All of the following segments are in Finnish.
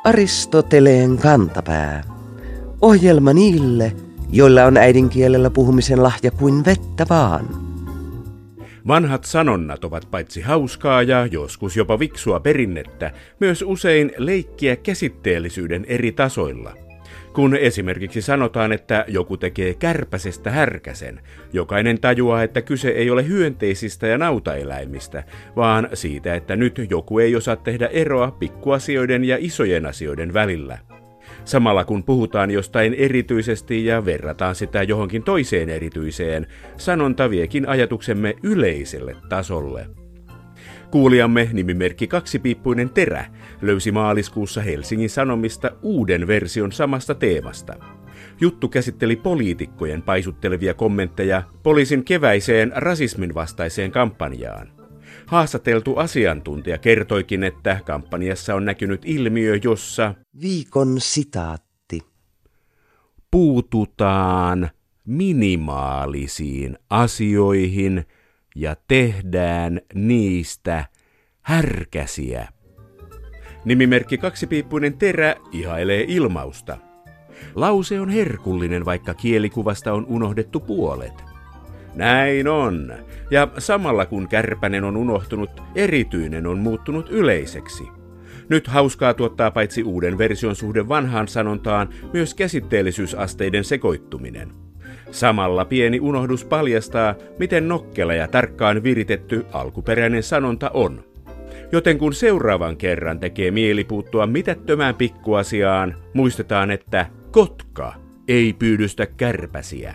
Aristoteleen kantapää. Ohjelma niille, joilla on äidinkielellä puhumisen lahja kuin vettä vaan. Vanhat sanonnat ovat paitsi hauskaa ja joskus jopa viksua perinnettä, myös usein leikkiä käsitteellisyyden eri tasoilla. Kun esimerkiksi sanotaan, että joku tekee kärpäsestä härkäsen, jokainen tajuaa, että kyse ei ole hyönteisistä ja nautaeläimistä, vaan siitä, että nyt joku ei osaa tehdä eroa pikkuasioiden ja isojen asioiden välillä. Samalla kun puhutaan jostain erityisesti ja verrataan sitä johonkin toiseen erityiseen, sanonta viekin ajatuksemme yleiselle tasolle. Kuulijamme nimimerkki Kaksipiippuinen Terä löysi maaliskuussa Helsingin Sanomista uuden version samasta teemasta. Juttu käsitteli poliitikkojen paisuttelevia kommentteja poliisin keväiseen rasismin vastaiseen kampanjaan. Haastateltu asiantuntija kertoikin, että kampanjassa on näkynyt ilmiö, jossa Viikon sitaatti. puututaan minimaalisiin asioihin ja tehdään niistä härkäsiä. Nimimerkki Kaksipiippuinen Terä ihailee ilmausta. Lause on herkullinen, vaikka kielikuvasta on unohdettu puolet. Näin on. Ja samalla kun kärpänen on unohtunut, erityinen on muuttunut yleiseksi. Nyt hauskaa tuottaa paitsi uuden version suhde vanhaan sanontaan, myös käsitteellisyysasteiden sekoittuminen. Samalla pieni unohdus paljastaa, miten nokkela ja tarkkaan viritetty alkuperäinen sanonta on. Joten kun seuraavan kerran tekee mieli puuttua mitättömään pikkuasiaan, muistetaan, että kotka ei pyydystä kärpäsiä.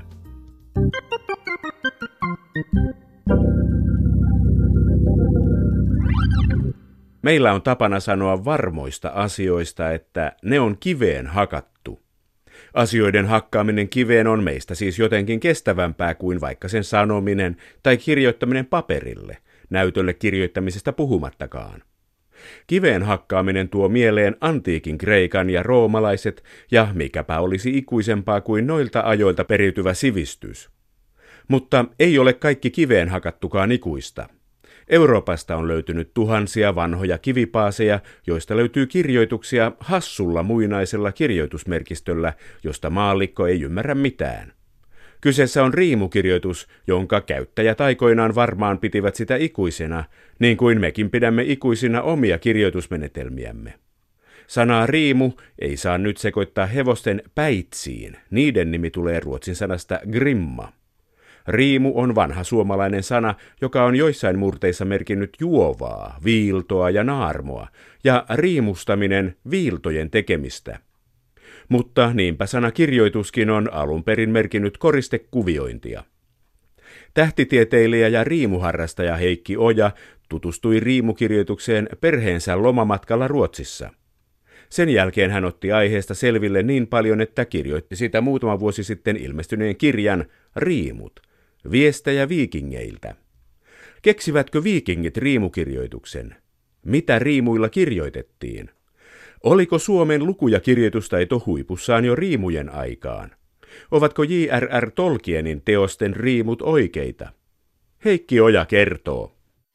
Meillä on tapana sanoa varmoista asioista, että ne on kiveen hakattu. Asioiden hakkaaminen kiveen on meistä siis jotenkin kestävämpää kuin vaikka sen sanominen tai kirjoittaminen paperille, näytölle kirjoittamisesta puhumattakaan. Kiveen hakkaaminen tuo mieleen antiikin Kreikan ja roomalaiset, ja mikäpä olisi ikuisempaa kuin noilta ajoilta periytyvä sivistys. Mutta ei ole kaikki kiveen hakattukaan ikuista. Euroopasta on löytynyt tuhansia vanhoja kivipaaseja, joista löytyy kirjoituksia hassulla muinaisella kirjoitusmerkistöllä, josta maallikko ei ymmärrä mitään. Kyseessä on riimukirjoitus, jonka käyttäjät aikoinaan varmaan pitivät sitä ikuisena, niin kuin mekin pidämme ikuisina omia kirjoitusmenetelmiämme. Sanaa riimu ei saa nyt sekoittaa hevosten päitsiin, niiden nimi tulee ruotsin sanasta grimma. Riimu on vanha suomalainen sana, joka on joissain murteissa merkinnyt juovaa, viiltoa ja naarmoa, ja riimustaminen viiltojen tekemistä. Mutta niinpä sana kirjoituskin on alun perin merkinnyt koristekuviointia. Tähtitieteilijä ja riimuharrastaja Heikki Oja tutustui riimukirjoitukseen perheensä lomamatkalla Ruotsissa. Sen jälkeen hän otti aiheesta selville niin paljon, että kirjoitti sitä muutama vuosi sitten ilmestyneen kirjan Riimut, viestejä viikingeiltä. Keksivätkö viikingit riimukirjoituksen? Mitä riimuilla kirjoitettiin? Oliko Suomen luku- ja kirjoitustaito huipussaan jo riimujen aikaan? Ovatko J.R.R. Tolkienin teosten riimut oikeita? Heikki Oja kertoo.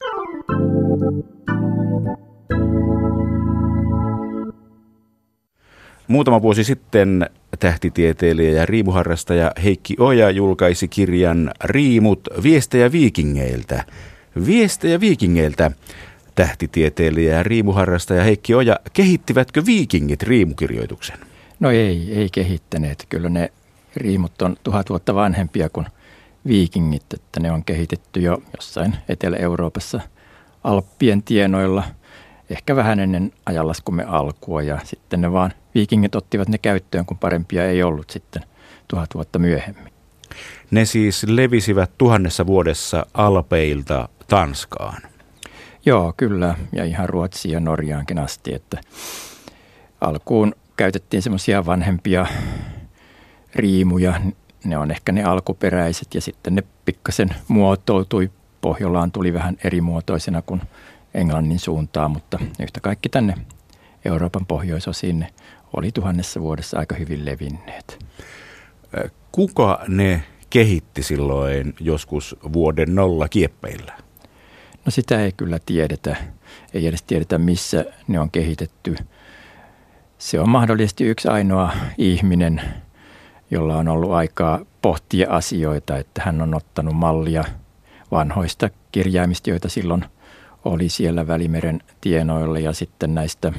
Muutama vuosi sitten tähtitieteilijä ja riimuharrastaja Heikki Oja julkaisi kirjan Riimut, viestejä viikingeiltä. Viestejä viikingeiltä. Tähtitieteilijä ja riimuharrastaja Heikki Oja, kehittivätkö viikingit riimukirjoituksen? No ei kehittäneet. Kyllä ne riimut on 1000 vuotta vanhempia kuin viikingit, että ne on kehitetty jo jossain Etelä-Euroopassa Alppien tienoilla, ehkä vähän ennen ajanlaskumme alkua, ja sitten ne vaan viikingit ottivat ne käyttöön, kun parempia ei ollut sitten 1000 vuotta myöhemmin. Ne siis levisivät 1000 vuodessa Alpeilta Tanskaan. Joo, kyllä, ja ihan Ruotsiin ja Norjaankin asti, että alkuun käytettiin semmoisia vanhempia riimuja, ne on ehkä ne alkuperäiset, ja sitten ne pikkasen muotoutui. Pohjolaan tuli vähän eri muotoisena kuin Englannin suuntaan, mutta yhtä kaikki tänne Euroopan pohjoisosiin ne oli 1000 vuodessa aika hyvin levinneet. Kuka ne kehitti silloin joskus vuoden 0 kieppeillä? No sitä ei kyllä tiedetä. Ei edes tiedetä, missä ne on kehitetty. se on mahdollisesti yksi ainoa ihminen, jolla on ollut aikaa pohtia asioita, että hän on ottanut mallia vanhoista kirjaimista, joita silloin oli siellä Välimeren tienoilla ja sitten näistä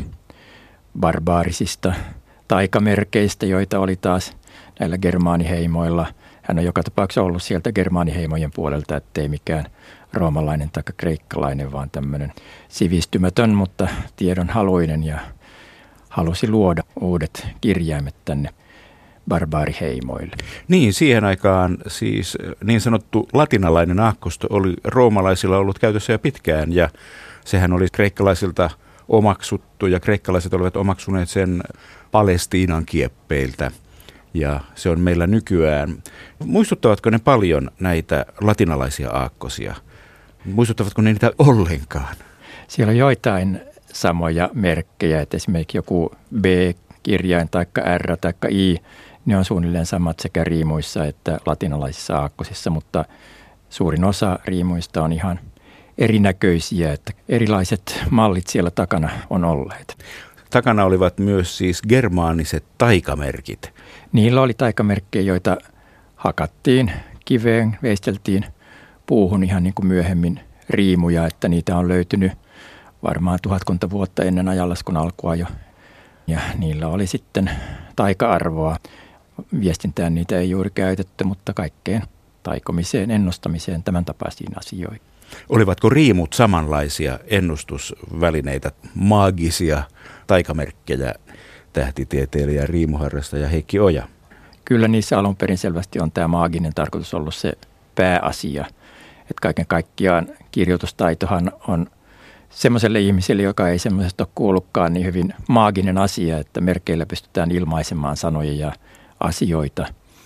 barbaarisista taikamerkeistä, joita oli taas näillä germaaniheimoilla. Hän on joka tapauksessa ollut sieltä germaaniheimojen puolelta, ettei mikään roomalainen tai kreikkalainen, vaan tämmöinen sivistymätön, mutta tiedonhaluinen ja halusi luoda uudet kirjaimet tänne barbaariheimoille. Niin, siihen aikaan siis niin sanottu latinalainen aakkosto oli roomalaisilla ollut käytössä jo pitkään ja sehän oli kreikkalaisilta omaksuttu ja kreikkalaiset olivat omaksuneet sen Palestiinan kieppeiltä ja se on meillä nykyään. Muistuttavatko ne paljon näitä latinalaisia aakkosia? Muistuttavatko ne niitä ollenkaan? Siellä on joitain samoja merkkejä, että esimerkiksi joku B-kirjain tai R tai I, ne on suunnilleen samat sekä riimuissa että latinalaisissa aakkosissa, mutta suurin osa riimuista on ihan erinäköisiä, että erilaiset mallit siellä takana on olleet. Takana olivat myös siis germaaniset taikamerkit. Niillä oli taikamerkkejä, joita hakattiin kiveen, veisteltiin puuhun ihan niin kuin myöhemmin riimuja, että niitä on löytynyt varmaan 1000 vuotta ennen ajanlaskun alkua jo. Ja niillä oli sitten taika-arvoa. Viestintään niitä ei juuri käytetty, mutta kaikkeen taikomiseen, ennustamiseen, tämän tapaisiin asioihin. Olivatko riimut samanlaisia ennustusvälineitä, maagisia taikamerkkejä, tähtitieteilijä, riimuharrastaja Heikki Oja? Kyllä niissä alun perin selvästi on tämä maaginen tarkoitus ollut se pääasia. Että kaiken kaikkiaan kirjoitustaitohan on semmoiselle ihmiselle, joka ei semmoisesta ole kuullutkaan, niin hyvin maaginen asia, että merkeillä pystytään ilmaisemaan sanoja ja asioita.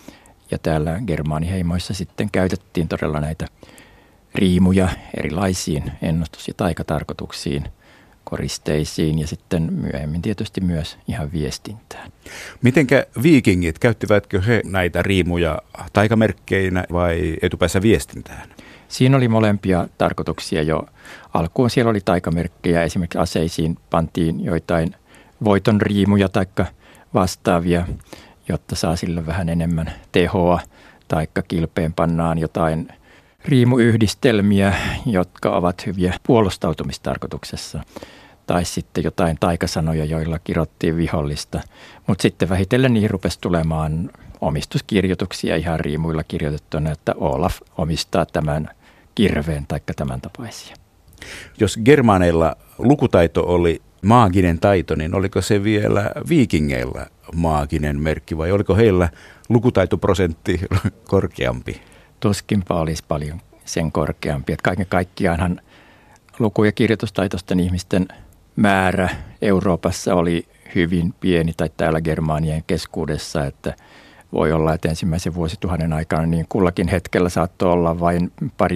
Ja täällä germaaniheimoissa sitten käytettiin todella näitä riimuja erilaisiin ennustus- ja taikatarkoituksiin, koristeisiin ja sitten myöhemmin tietysti myös ihan viestintään. Mitenkä viikingit, käyttivätkö he näitä riimuja taikamerkkeinä vai etupäässä viestintään? Siinä oli molempia tarkoituksia jo. Alkuun siellä oli taikamerkkejä, esimerkiksi aseisiin pantiin joitain voiton riimuja tai vastaavia, jotta saa sillä vähän enemmän tehoa, taikka kilpeen pannaan jotain riimuyhdistelmiä, jotka ovat hyviä puolustautumistarkoituksessa, tai sitten jotain taikasanoja, joilla kirottiin vihollista. Mutta sitten vähitellen niihin rupesi tulemaan omistuskirjoituksia ihan riimuilla kirjoitettuna, että Olaf omistaa tämän kirveen tai tämän tapaisia. Jos germaaneilla lukutaito oli maaginen taito, niin oliko se vielä viikingeillä maaginen merkki vai oliko heillä lukutaitoprosentti korkeampi? Tuskinpa olisi paljon sen korkeampi. Että kaiken kaikkiaanhan luku- ja kirjoitustaitoisten ihmisten määrä Euroopassa oli hyvin pieni tai täällä germaanien keskuudessa, että voi olla, että ensimmäisen vuosituhannen aikana niin kullakin hetkellä saattoi olla vain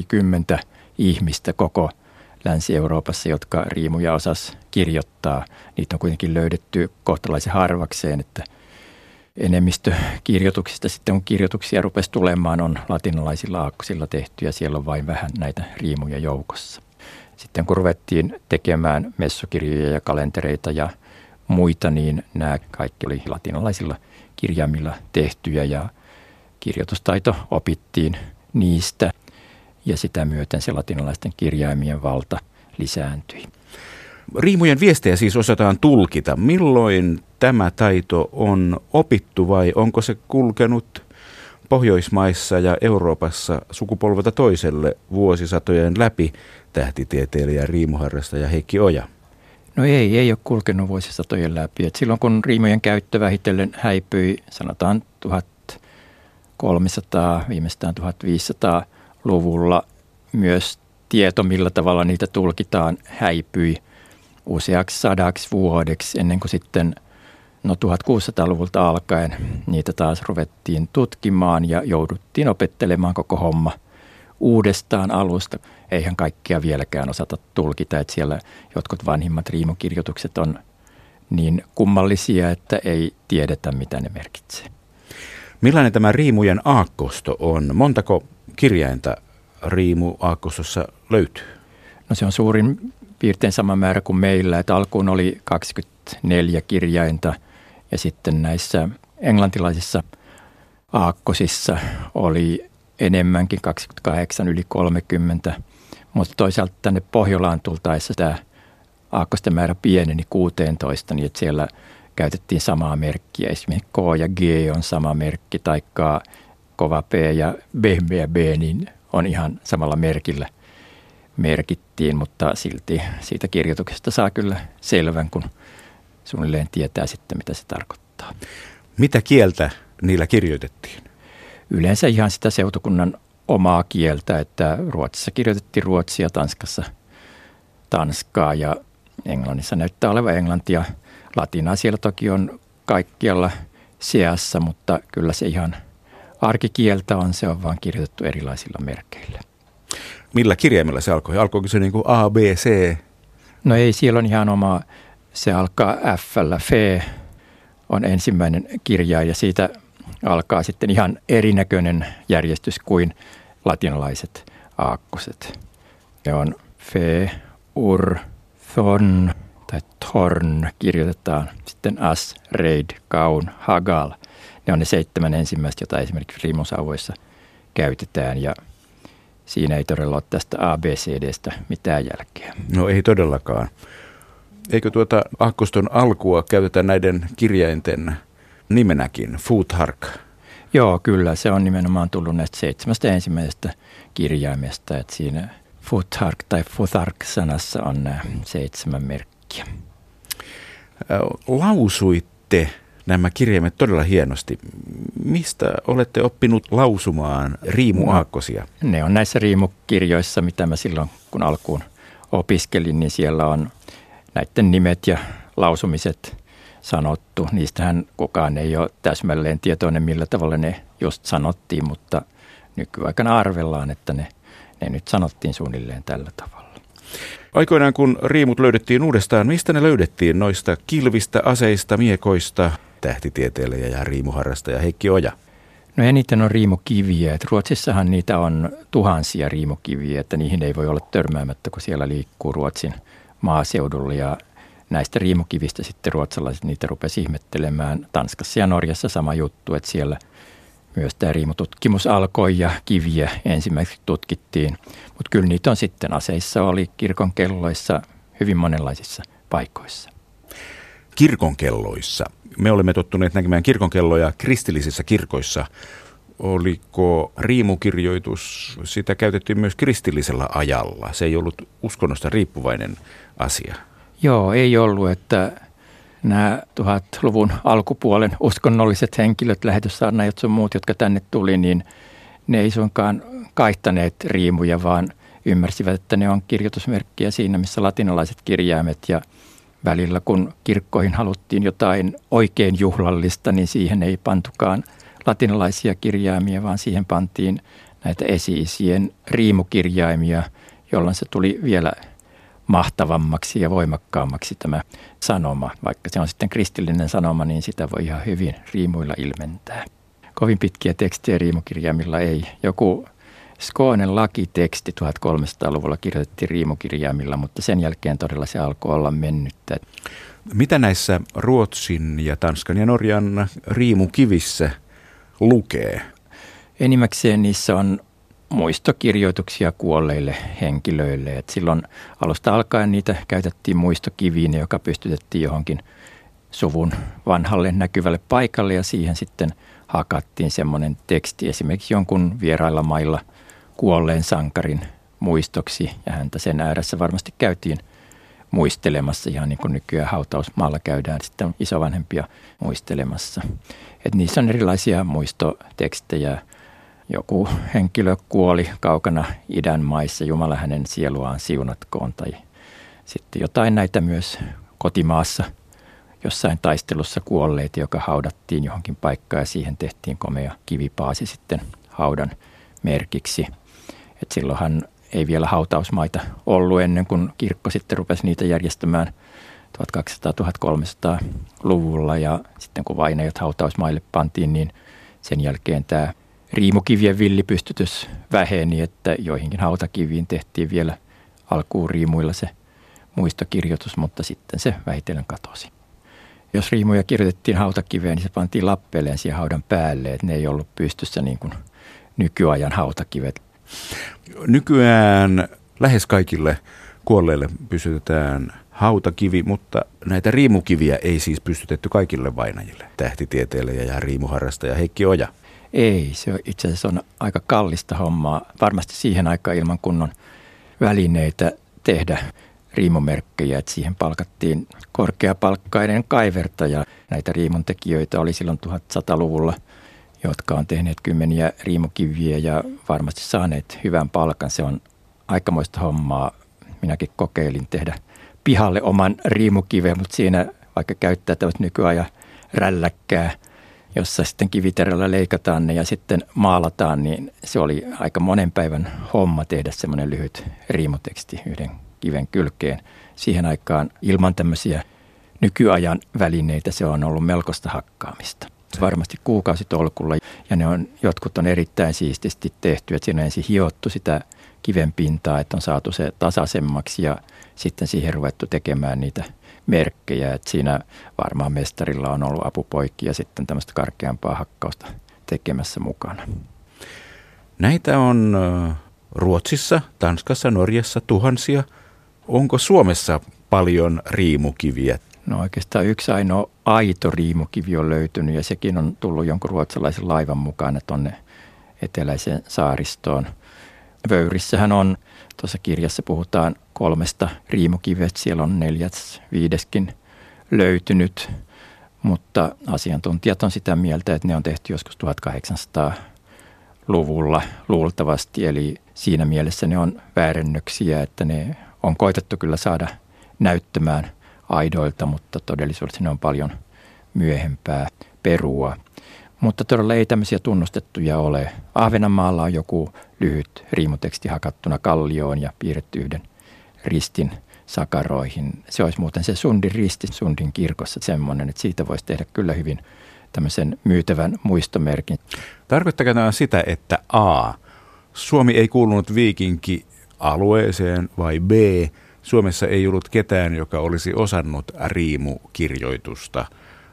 20 ihmistä koko Länsi-Euroopassa, jotka riimuja osasi kirjoittaa. Niitä on kuitenkin löydetty kohtalaisen harvakseen, että enemmistö kirjoituksista sitten, kun kirjoituksia rupesi tulemaan, on latinalaisilla aakkosilla tehty ja siellä on vain vähän näitä riimuja joukossa. Sitten kun ruvettiin tekemään messukirjoja ja kalentereita ja muita, niin nämä kaikki oli latinalaisilla kirjaimilla tehtyjä ja kirjoitustaito opittiin niistä ja sitä myöten se latinalaisten kirjaimien valta lisääntyi. Riimujen viestejä siis osataan tulkita. Milloin tämä taito on opittu vai onko se kulkenut Pohjoismaissa ja Euroopassa sukupolvelta toiselle vuosisatojen läpi, tähtitieteilijä ja riimuharrastaja Heikki Oja? No ei ole kulkenut vuosisatojen läpi. Et silloin kun riimujen käyttö vähitellen häipyi, sanotaan 1300, viimeistään 1500-luvulla, myös tieto, millä tavalla niitä tulkitaan, häipyi useaksi 100 vuodeksi ennen kuin sitten 1600-luvulta alkaen niitä taas ruvettiin tutkimaan ja jouduttiin opettelemaan koko homma uudestaan alusta. Eihän kaikkea vieläkään osata tulkita, että siellä jotkut vanhimmat riimukirjoitukset on niin kummallisia, että ei tiedetä, mitä ne merkitsee. Millainen tämä riimujen aakkosto on? Montako kirjainta riimuaakkostossa löytyy? No se on suurin piirtein sama määrä kuin meillä, että alkuun oli 24 kirjainta Ja sitten näissä englantilaisissa aakkosissa oli enemmänkin 28 yli 30, mutta toisaalta tänne Pohjolaan tultaessa tämä aakkosten määrä pieneni 16, niin että siellä käytettiin samaa merkkiä. Esimerkiksi K ja G on sama merkki, taikka kova P ja pehmeä B, niin on ihan samalla merkillä merkittiin, mutta silti siitä kirjoituksesta saa kyllä selvän, kun suunnilleen tietää sitten, mitä se tarkoittaa. Mitä kieltä niillä kirjoitettiin? Yleensä ihan sitä seutukunnan omaa kieltä, että Ruotsissa kirjoitettiin ruotsia, Tanskassa tanskaa ja Englannissa näyttää olevan englantia. Latinaa siellä toki on kaikkialla seassa, mutta kyllä se ihan arkikieltä on, se on vaan kirjoitettu erilaisilla merkeillä. Millä kirjaimella se alkoi? Alkoiko se niin kuin A, B, C? No ei, siellä on ihan oma, se alkaa F:llä, F on ensimmäinen kirjain ja siitä alkaa sitten ihan erinäköinen järjestys kuin latinalaiset aakkoset. Ne on Fe, Ur, Thon tai Thorn kirjoitetaan, sitten As, Reid, Kaun, Hagal. Ne on ne 7 ensimmäistä, joita esimerkiksi riimusauvoissa käytetään ja siinä ei todella ole tästä ABCDstä mitään jälkeä. No ei todellakaan. Eikö tuota aakkoston alkua käytetä näiden kirjainten nimenäkin, Futhark? Joo, kyllä. Se on nimenomaan tullut näistä 7 ensimmäisestä kirjaimesta. Että siinä Futhark tai Futhark-sanassa on nämä 7 merkkiä. Lausuitte nämä kirjaimet todella hienosti. Mistä olette oppinut lausumaan riimuaakkosia? Ne on näissä riimukirjoissa, mitä mä silloin kun alkuun opiskelin, niin siellä on näiden nimet ja lausumiset sanottu. Niistähän kukaan ei ole täsmälleen tietoinen, millä tavalla ne just sanottiin, mutta nykyaikana arvellaan, että ne nyt sanottiin suunnilleen tällä tavalla. Aikoinaan kun riimut löydettiin uudestaan, mistä ne löydettiin noista kilvistä, aseista, miekoista? Tähtitieteilijä ja riimuharrastaja Heikki Oja. No eniten on riimukiviä. Et Ruotsissahan niitä on tuhansia riimukiviä, että niihin ei voi olla törmäämättä, kun siellä liikkuu Ruotsin maaseudulla. Ja näistä riimukivistä sitten ruotsalaiset niitä rupesi ihmettelemään. Tanskassa ja Norjassa sama juttu, että siellä myös tämä riimututkimus alkoi ja kiviä ensimmäiseksi tutkittiin. Mutta kyllä niitä on sitten aseissa, oli kirkonkelloissa, hyvin monenlaisissa paikoissa. Kirkonkelloissa. Me olemme tottuneet näkemään kirkonkelloja kristillisissä kirkoissa. Oliko riimukirjoitus, sitä käytettiin myös kristillisellä ajalla? Se ei ollut uskonnosta riippuvainen asia. Joo, ei ollut, että nämä 1000-luvun alkupuolen uskonnolliset henkilöt, lähetyssaarnaajat sun muut, jotka tänne tuli, niin ne ei suinkaan kaihtaneet riimuja, vaan ymmärsivät, että ne on kirjoitusmerkkiä siinä, missä latinalaiset kirjaimet. Ja välillä, kun kirkkoihin haluttiin jotain oikein juhlallista, niin siihen ei pantukaan latinalaisia kirjaimia, vaan siihen pantiin näitä esi-isien riimukirjaimia, jolloin se tuli vielä mahtavammaksi ja voimakkaammaksi tämä sanoma. Vaikka se on sitten kristillinen sanoma, niin sitä voi ihan hyvin riimuilla ilmentää. Kovin pitkiä tekstejä riimukirjaimilla ei. Joku Skånen lakiteksti 1300-luvulla kirjoitettiin riimukirjaimilla, mutta sen jälkeen todella se alkoi olla mennyttä. Mitä näissä Ruotsin ja Tanskan ja Norjan riimukivissä lukee? Enimmäkseen niissä on muistokirjoituksia kuolleille henkilöille. Et silloin alusta alkaen niitä käytettiin muistokiviin, joka pystytettiin johonkin suvun vanhalle näkyvälle paikalle ja siihen sitten hakattiin semmoinen teksti esimerkiksi jonkun vierailla mailla kuolleen sankarin muistoksi ja häntä sen ääressä varmasti käytiin muistelemassa ihan niin kuin nykyään hautausmaalla käydään sitten isovanhempia muistelemassa. Et niissä on erilaisia muistotekstejä. Joku henkilö kuoli kaukana idän maissa, Jumala hänen sieluaan siunatkoon, tai sitten jotain näitä myös kotimaassa jossain taistelussa kuolleita, joka haudattiin johonkin paikkaan ja siihen tehtiin komea kivipaasi sitten haudan merkiksi. Et silloinhan ei vielä hautausmaita ollut ennen kuin kirkko sitten rupesi niitä järjestämään 1200-1300-luvulla ja sitten kun vainajat hautausmaille pantiin, niin sen jälkeen tämä riimukivien villipystytys väheni, että joihinkin hautakiviin tehtiin vielä alkuun riimuilla se muistokirjoitus, mutta sitten se vähitellen katosi. Jos riimuja kirjoitettiin hautakiveen, niin se pantiin lappeleen siihen haudan päälle, että ne ei ollut pystyssä niin kuin nykyajan hautakivet. Nykyään lähes kaikille kuolleille pystytetään hautakivi, mutta näitä riimukiviä ei siis pystytetty kaikille vainajille. Tähtitieteilijä ja riimuharrastaja Heikki Oja. Ei, se itse asiassa on aika kallista hommaa. Varmasti siihen aikaan ilman kunnon välineitä tehdä riimumerkkejä, että siihen palkattiin korkeapalkkainen kaivertaja. Näitä riimuntekijöitä oli silloin 1100-luvulla, jotka on tehneet kymmeniä riimukiviä ja varmasti saaneet hyvän palkan. Se on aikamoista hommaa. Minäkin kokeilin tehdä pihalle oman riimukiven, mutta siinä vaikka käyttää tämmöistä nykyajan rälläkkää, jossa sitten kiviterällä leikataan ne ja sitten maalataan, niin se oli aika monen päivän homma tehdä semmoinen lyhyt riimuteksti yhden kiven kylkeen. Siihen aikaan ilman tämmöisiä nykyajan välineitä se on ollut melkoista hakkaamista. Varmasti kuukausitolkulla ja jotkut on erittäin siististi tehty, että siinä on ensin hiottu sitä kiven pintaa, että on saatu se tasaisemmaksi ja sitten siihen ruvettu tekemään niitä merkkejä, että siinä varmaan mestarilla on ollut apupoikki ja sitten tämmöistä karkeampaa hakkausta tekemässä mukana. Näitä on Ruotsissa, Tanskassa, Norjassa tuhansia. Onko Suomessa paljon riimukiviä? No oikeastaan yksi ainoa aito riimukivi on löytynyt ja sekin on tullut jonkun ruotsalaisen laivan mukana tuonne eteläiseen saaristoon. Vöyrissähän on, tuossa kirjassa puhutaan 3 riimukivestä, siellä on 4., 5. löytynyt, mutta asiantuntijat on sitä mieltä, että ne on tehty joskus 1800-luvulla luultavasti, eli siinä mielessä ne on väärennöksiä, että ne on koitettu kyllä saada näyttämään aidoilta, mutta todellisuudessa ne on paljon myöhempää perua. Mutta todella ei tämmöisiä tunnustettuja ole. Ahvenanmaalla on joku lyhyt riimuteksti hakattuna kallioon ja piirretty yhden ristin sakaroihin. Se olisi muuten se Sundin risti Sundin kirkossa semmoinen, että siitä voisi tehdä kyllä hyvin tämmöisen myytävän muistomerkin. Tarkoittaako tämä sitä, että A, Suomi ei kuulunut viikinkialueeseen vai B, Suomessa ei ollut ketään, joka olisi osannut riimukirjoitusta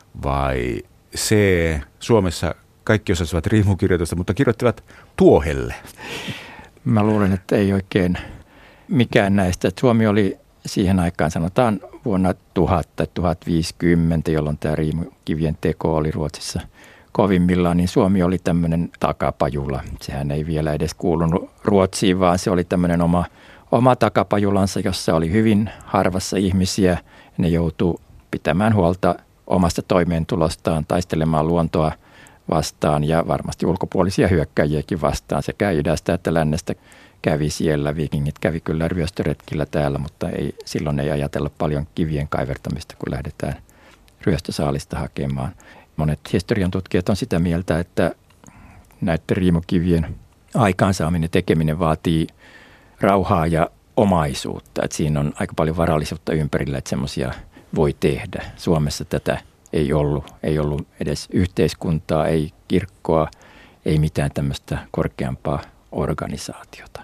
vai C, Suomessa kaikki osasivat riimukirjoitusta, mutta kirjoittivat tuohelle? Mä luulen, että ei oikein mikään näistä. Että Suomi oli siihen aikaan, sanotaan vuonna 1000 tai 1050, jolloin tämä riimukivien teko oli Ruotsissa kovimmillaan, niin Suomi oli tämmöinen takapajula. Sehän ei vielä edes kuulunut Ruotsiin, vaan se oli tämmöinen oma takapajulansa, jossa oli hyvin harvassa ihmisiä. Ne joutuu pitämään huolta omasta toimeentulostaan, taistelemaan luontoa vastaan ja varmasti ulkopuolisia hyökkäjiäkin vastaan. Sekä idästä että lännestä kävi siellä. Viikingit kävi kyllä ryöstöretkillä täällä, mutta silloin ei ajatella paljon kivien kaivertamista, kun lähdetään ryöstösaalista hakemaan. Monet historian tutkijat on sitä mieltä, että näiden riimukivien aikaansaaminen tekeminen vaatii rauhaa ja omaisuutta. Että siinä on aika paljon varallisuutta ympärillä, että semmoisia voi tehdä. Suomessa tätä ei ollut edes yhteiskuntaa, ei kirkkoa, ei mitään tämmöistä korkeampaa organisaatiota.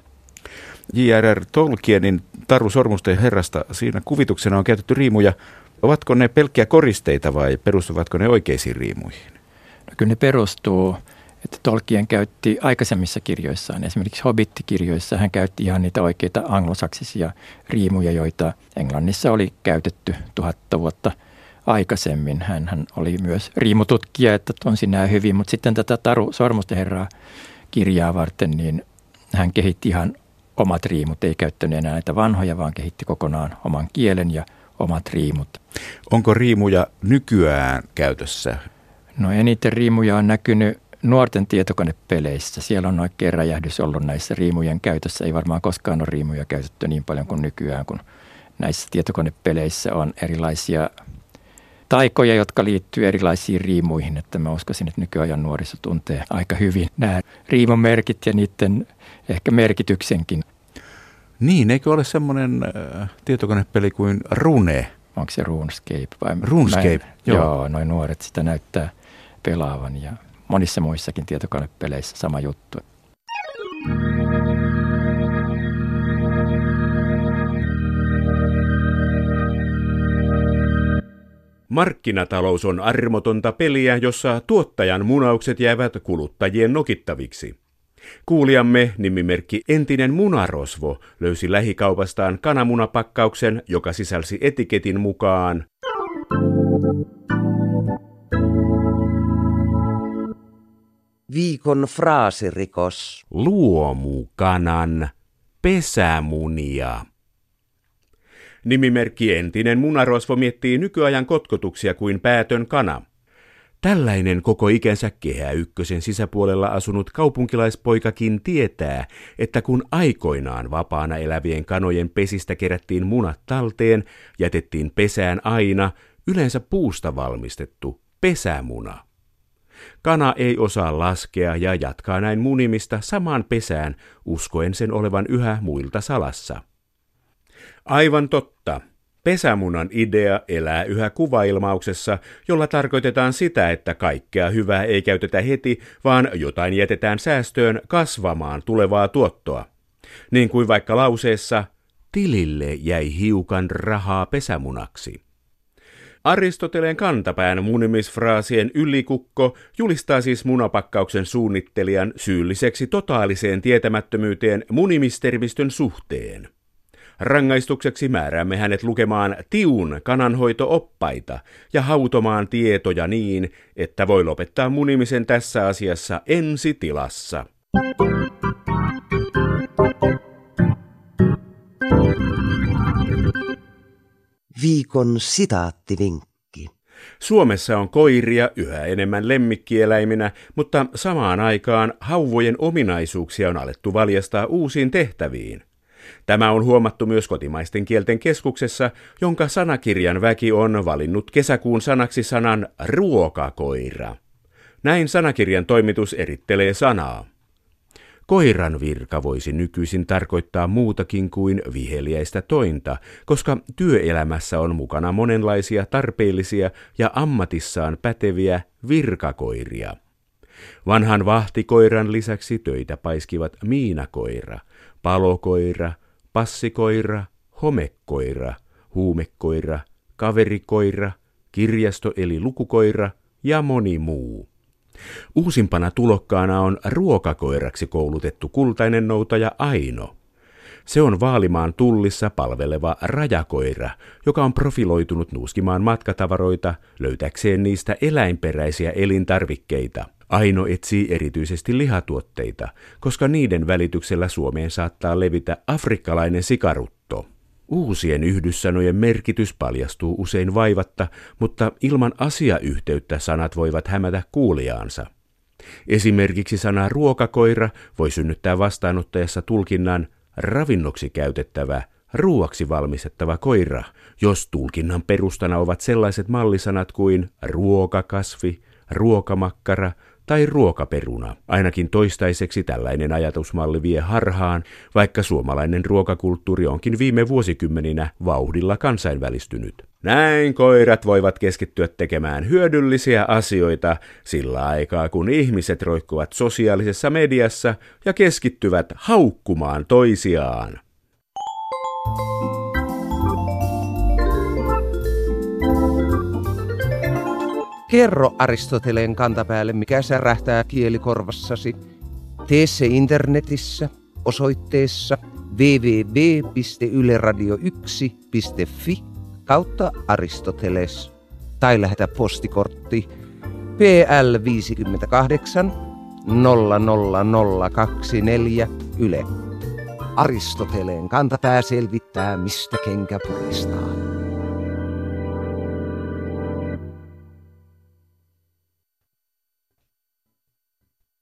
J.R.R. Tolkienin Taru Sormusten herrasta, siinä kuvituksena on käytetty riimuja. Ovatko ne pelkkiä koristeita vai perustuvatko ne oikeisiin riimuihin? No kyllä ne perustuu, että Tolkien käytti aikaisemmissa kirjoissaan, esimerkiksi Hobbit-kirjoissa hän käytti ihan niitä oikeita anglosaksisia riimuja, joita Englannissa oli käytetty 1000 vuotta aikaisemmin. Hän oli myös riimututkija, että tunsi nämä hyvin, mutta sitten tätä Taru Sormusten herraa kirjaa varten, niin hän kehitti ihan omat riimut, ei käyttänyt enää näitä vanhoja, vaan kehitti kokonaan oman kielen ja omat riimut. Onko riimuja nykyään käytössä? No eniten riimuja on näkynyt nuorten tietokonepeleissä. Siellä on oikein räjähdys ollut näissä riimujen käytössä. Ei varmaan koskaan ole riimuja käytetty niin paljon kuin nykyään, kun näissä tietokonepeleissä on erilaisia taikoja, jotka liittyy erilaisiin riimuihin. Että mä uskoisin, että nykyajan nuoriso tuntee aika hyvin nämä riimumerkit ja niiden ehkä merkityksenkin. Niin, eikö ole semmoinen tietokonepeli kuin Rune? Onko se RuneScape vai? RuneScape, joo. Noin nuoret sitä näyttää pelaavan ja monissa muissakin tietokonepeleissä sama juttu. Markkinatalous on armotonta peliä, jossa tuottajan munaukset jäävät kuluttajien nokittaviksi. Kuulijamme nimimerkki Entinen munarosvo löysi lähikaupastaan kananmunapakkauksen, joka sisälsi etiketin mukaan Viikon fraasirikos. luomukanan pesämunia. Nimimerkki Entinen munarosvo miettii nykyajan kotkotuksia kuin päätön kana. Tällainen koko ikänsä Kehä Ykkösen sisäpuolella asunut kaupunkilaispoikakin tietää, että kun aikoinaan vapaana elävien kanojen pesistä kerättiin munat talteen, jätettiin pesään aina yleensä puusta valmistettu pesämuna. Kana ei osaa laskea ja jatkaa näin munimista samaan pesään, uskoen sen olevan yhä muilta salassa. Aivan totta. Pesämunan idea elää yhä kuvailmauksessa, jolla tarkoitetaan sitä, että kaikkea hyvää ei käytetä heti, vaan jotain jätetään säästöön kasvamaan tulevaa tuottoa. Niin kuin vaikka lauseessa, tilille jäi hiukan rahaa pesämunaksi. Aristoteleen kantapään munimisfraasien ylikukko julistaa siis munapakkauksen suunnittelijan syylliseksi totaaliseen tietämättömyyteen munimistermistön suhteen. Rangaistukseksi määräämme hänet lukemaan tiun kananhoito-oppaita ja hautomaan tietoja niin, että voi lopettaa munimisen tässä asiassa ensi tilassa. Viikon sitaattivinkki. Suomessa on koiria yhä enemmän lemmikkieläiminä, mutta samaan aikaan hauvojen ominaisuuksia on alettu valjastaa uusiin tehtäviin. Tämä on huomattu myös kotimaisten kielten keskuksessa, jonka sanakirjan väki on valinnut kesäkuun sanaksi sanan ruokakoira. Näin sanakirjan toimitus erittelee sanaa. Koiran virka voisi nykyisin tarkoittaa muutakin kuin viheliäistä tointa, koska työelämässä on mukana monenlaisia tarpeellisia ja ammatissaan päteviä virkakoiria. Vanhan vahtikoiran lisäksi töitä paiskivat miinakoira, palokoira, passikoira, homekoira, huumekoira, kaverikoira, kirjasto- eli lukukoira ja moni muu. Uusimpana tulokkaana on ruokakoiraksi koulutettu kultainen noutaja Aino. Se on Vaalimaan tullissa palveleva rajakoira, joka on profiloitunut nuuskimaan matkatavaroita löytäkseen niistä eläinperäisiä elintarvikkeita. Aino etsii erityisesti lihatuotteita, koska niiden välityksellä Suomeen saattaa levitä afrikkalainen sikarutto. Uusien yhdyssanojen merkitys paljastuu usein vaivatta, mutta ilman asiayhteyttä sanat voivat hämätä kuulijaansa. Esimerkiksi sana ruokakoira voi synnyttää vastaanottajassa tulkinnan ravinnoksi käytettävä, ruuaksi valmistettava koira, jos tulkinnan perustana ovat sellaiset mallisanat kuin ruokakasvi, ruokamakkara tai ruokaperuna. Ainakin toistaiseksi tällainen ajatusmalli vie harhaan, vaikka suomalainen ruokakulttuuri onkin viime vuosikymmeninä vauhdilla kansainvälistynyt. Näin koirat voivat keskittyä tekemään hyödyllisiä asioita sillä aikaa, kun ihmiset roikkuvat sosiaalisessa mediassa ja keskittyvät haukkumaan toisiaan. Kerro Aristoteleen kantapäälle, mikä särähtää kielikorvassasi. Tee se internetissä osoitteessa www.yleradio1.fi/Aristoteles tai lähetä postikortti PL 58 00024 Yle. Aristoteleen kantapää selvittää, mistä kenkä puristaa.